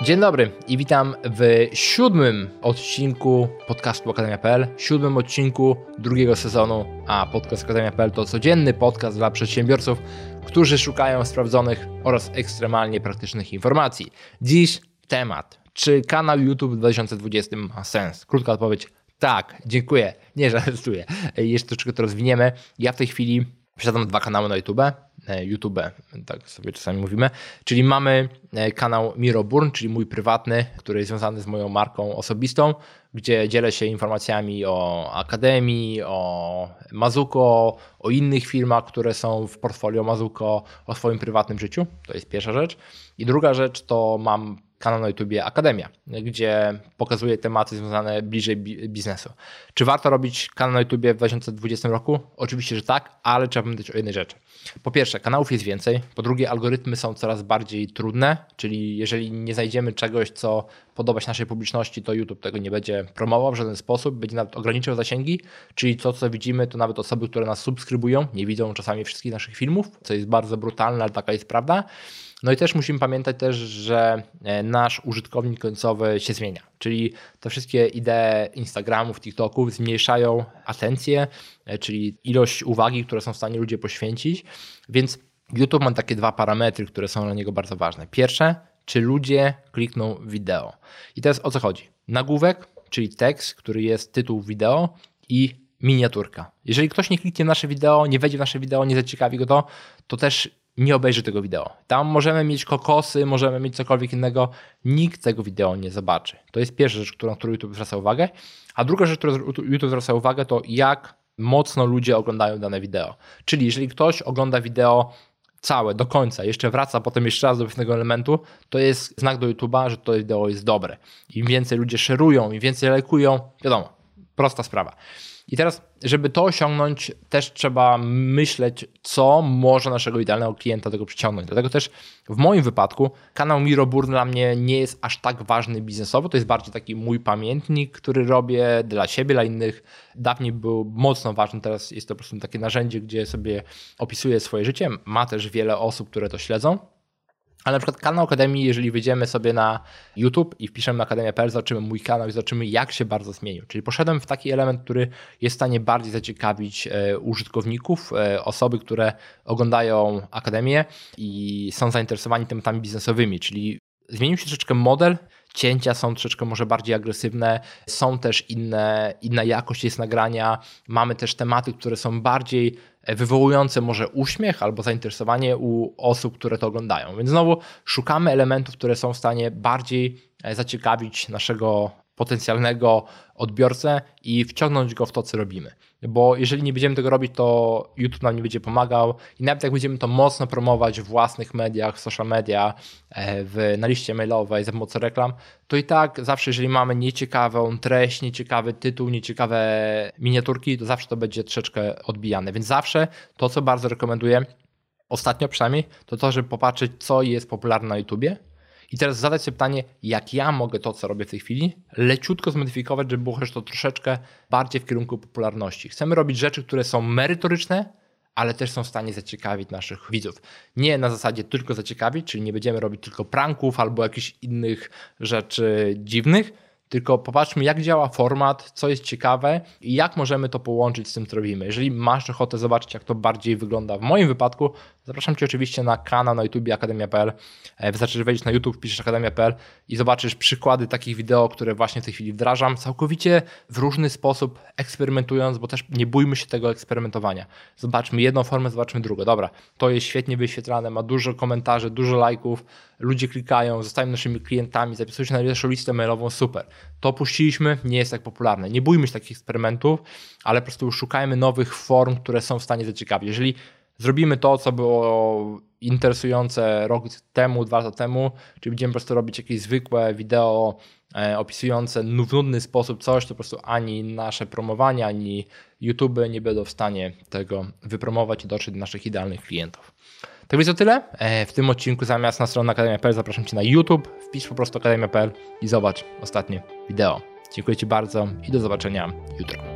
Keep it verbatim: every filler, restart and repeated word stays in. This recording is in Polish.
Dzień dobry i witam w siódmym odcinku podcastu Akademia kropka pe el, siódmym odcinku drugiego sezonu, a podcast Akademia kropka pe el to codzienny podcast dla przedsiębiorców, którzy szukają sprawdzonych oraz ekstremalnie praktycznych informacji. Dziś temat, czy kanał YouTube w dwa tysiące dwudziestym ma sens? Krótka odpowiedź, tak, dziękuję, nie żartuję, jeszcze troszeczkę to rozwiniemy. Ja w tej chwili posiadam dwa kanały na YouTube, YouTube, tak sobie czasami mówimy, czyli mamy kanał Miro Burn, czyli mój prywatny, który jest związany z moją marką osobistą, gdzie dzielę się informacjami o Akademii, o Mazuko, o innych firmach, które są w portfolio Mazuko, o swoim prywatnym życiu, to jest pierwsza rzecz. I druga rzecz to mam kanał na YouTubie Akademia, gdzie pokazuję tematy związane bliżej biznesu. Czy warto robić kanał na YouTubie w dwa tysiące dwudziestym roku? Oczywiście, że tak, ale trzeba pamiętać o jednej rzeczy. Po pierwsze, kanałów jest więcej. Po drugie, algorytmy są coraz bardziej trudne, czyli jeżeli nie znajdziemy czegoś, co podoba się naszej publiczności, to YouTube tego nie będzie promował w żaden sposób, będzie nawet ograniczał zasięgi, czyli to, co widzimy, to nawet osoby, które nas subskrybują, nie widzą czasami wszystkich naszych filmów, co jest bardzo brutalne, ale taka jest prawda. No i też musimy pamiętać też, że nasz użytkownik końcowy się zmienia, czyli te wszystkie idee Instagramów, TikToków zmniejszają atencję, czyli ilość uwagi, które są w stanie ludzie poświęcić, więc YouTube ma takie dwa parametry, które są dla niego bardzo ważne. Pierwsze, czy ludzie klikną wideo. I teraz o co chodzi? Nagłówek, czyli tekst, który jest tytuł wideo i miniaturka. Jeżeli ktoś nie kliknie w nasze wideo, nie wejdzie w nasze wideo, nie zaciekawi go to, to też nie obejrzy tego wideo. Tam możemy mieć kokosy, możemy mieć cokolwiek innego, nikt tego wideo nie zobaczy. To jest pierwsza rzecz, na którą YouTube zwraca uwagę. A druga rzecz, którą YouTube zwraca uwagę, to jak mocno ludzie oglądają dane wideo. Czyli jeżeli ktoś ogląda wideo całe, do końca, jeszcze wraca potem jeszcze raz do pewnego elementu, to jest znak do YouTube'a, że to wideo jest dobre. Im więcej ludzie szerują, im więcej lajkują, wiadomo, prosta sprawa. I teraz, żeby to osiągnąć, też trzeba myśleć, co może naszego idealnego klienta do tego przyciągnąć. Dlatego też w moim wypadku kanał Miro Burn dla mnie nie jest aż tak ważny biznesowo, to jest bardziej taki mój pamiętnik, który robię dla siebie, dla innych. Dawniej był mocno ważny, teraz jest to po prostu takie narzędzie, gdzie sobie opisuję swoje życie. Ma też wiele osób, które to śledzą. Ale na przykład kanał Akademii, jeżeli wyjdziemy sobie na YouTube i wpiszemy Akademia kropka pe el, zobaczymy mój kanał i zobaczymy, jak się bardzo zmienił. Czyli poszedłem w taki element, który jest w stanie bardziej zaciekawić e, użytkowników, e, osoby, które oglądają Akademię i są zainteresowani tematami biznesowymi, czyli zmienił się troszeczkę model, cięcia są troszeczkę może bardziej agresywne, są też inne, inna jakość jest nagrania, mamy też tematy, które są bardziej wywołujące może uśmiech albo zainteresowanie u osób, które to oglądają. Więc znowu szukamy elementów, które są w stanie bardziej zaciekawić naszego potencjalnego odbiorcę i wciągnąć go w to, co robimy. Bo jeżeli nie będziemy tego robić, to YouTube nam nie będzie pomagał i nawet jak będziemy to mocno promować w własnych mediach, w social media, w, na liście mailowej za pomocą reklam, to i tak zawsze, jeżeli mamy nieciekawą treść, nieciekawy tytuł, nieciekawe miniaturki, to zawsze to będzie troszeczkę odbijane. Więc zawsze to, co bardzo rekomenduję, ostatnio przynajmniej, to to, żeby popatrzeć, co jest popularne na YouTubie. I teraz zadać sobie pytanie, jak ja mogę to, co robię w tej chwili, leciutko zmodyfikować, żeby było też to troszeczkę bardziej w kierunku popularności. Chcemy robić rzeczy, które są merytoryczne, ale też są w stanie zaciekawić naszych widzów. Nie na zasadzie tylko zaciekawić, czyli nie będziemy robić tylko pranków albo jakichś innych rzeczy dziwnych, tylko popatrzmy, jak działa format, co jest ciekawe i jak możemy to połączyć z tym, co robimy. Jeżeli masz ochotę zobaczyć, jak to bardziej wygląda w moim wypadku, zapraszam Cię oczywiście na kanał na YouTube Akademia kropka pe el. Wystarczy, że wejdziesz na YouTube, piszesz Akademia kropka pe el i zobaczysz przykłady takich wideo, które właśnie w tej chwili wdrażam, całkowicie w różny sposób eksperymentując, bo też nie bójmy się tego eksperymentowania. Zobaczmy jedną formę, zobaczmy drugą. Dobra, to jest świetnie wyświetlane, ma dużo komentarzy, dużo lajków, ludzie klikają, zostają naszymi klientami, zapisują się na naszą listę mailową, super. To puściliśmy, nie jest tak popularne. Nie bójmy się takich eksperymentów, ale po prostu szukajmy nowych form, które są w stanie zaciekawić. Jeżeli zrobimy to, co było interesujące rok temu, dwa lata temu, czyli będziemy po prostu robić jakieś zwykłe wideo e, opisujące w nudny sposób coś, to po prostu ani nasze promowanie, ani YouTube nie będą w stanie tego wypromować i dotrzeć do naszych idealnych klientów. Tak więc to tyle. W tym odcinku zamiast na stronę Akademia kropka pe el zapraszam Cię na YouTube. Wpisz po prostu Akademia kropka pe el i zobacz ostatnie wideo. Dziękuję Ci bardzo i do zobaczenia jutro.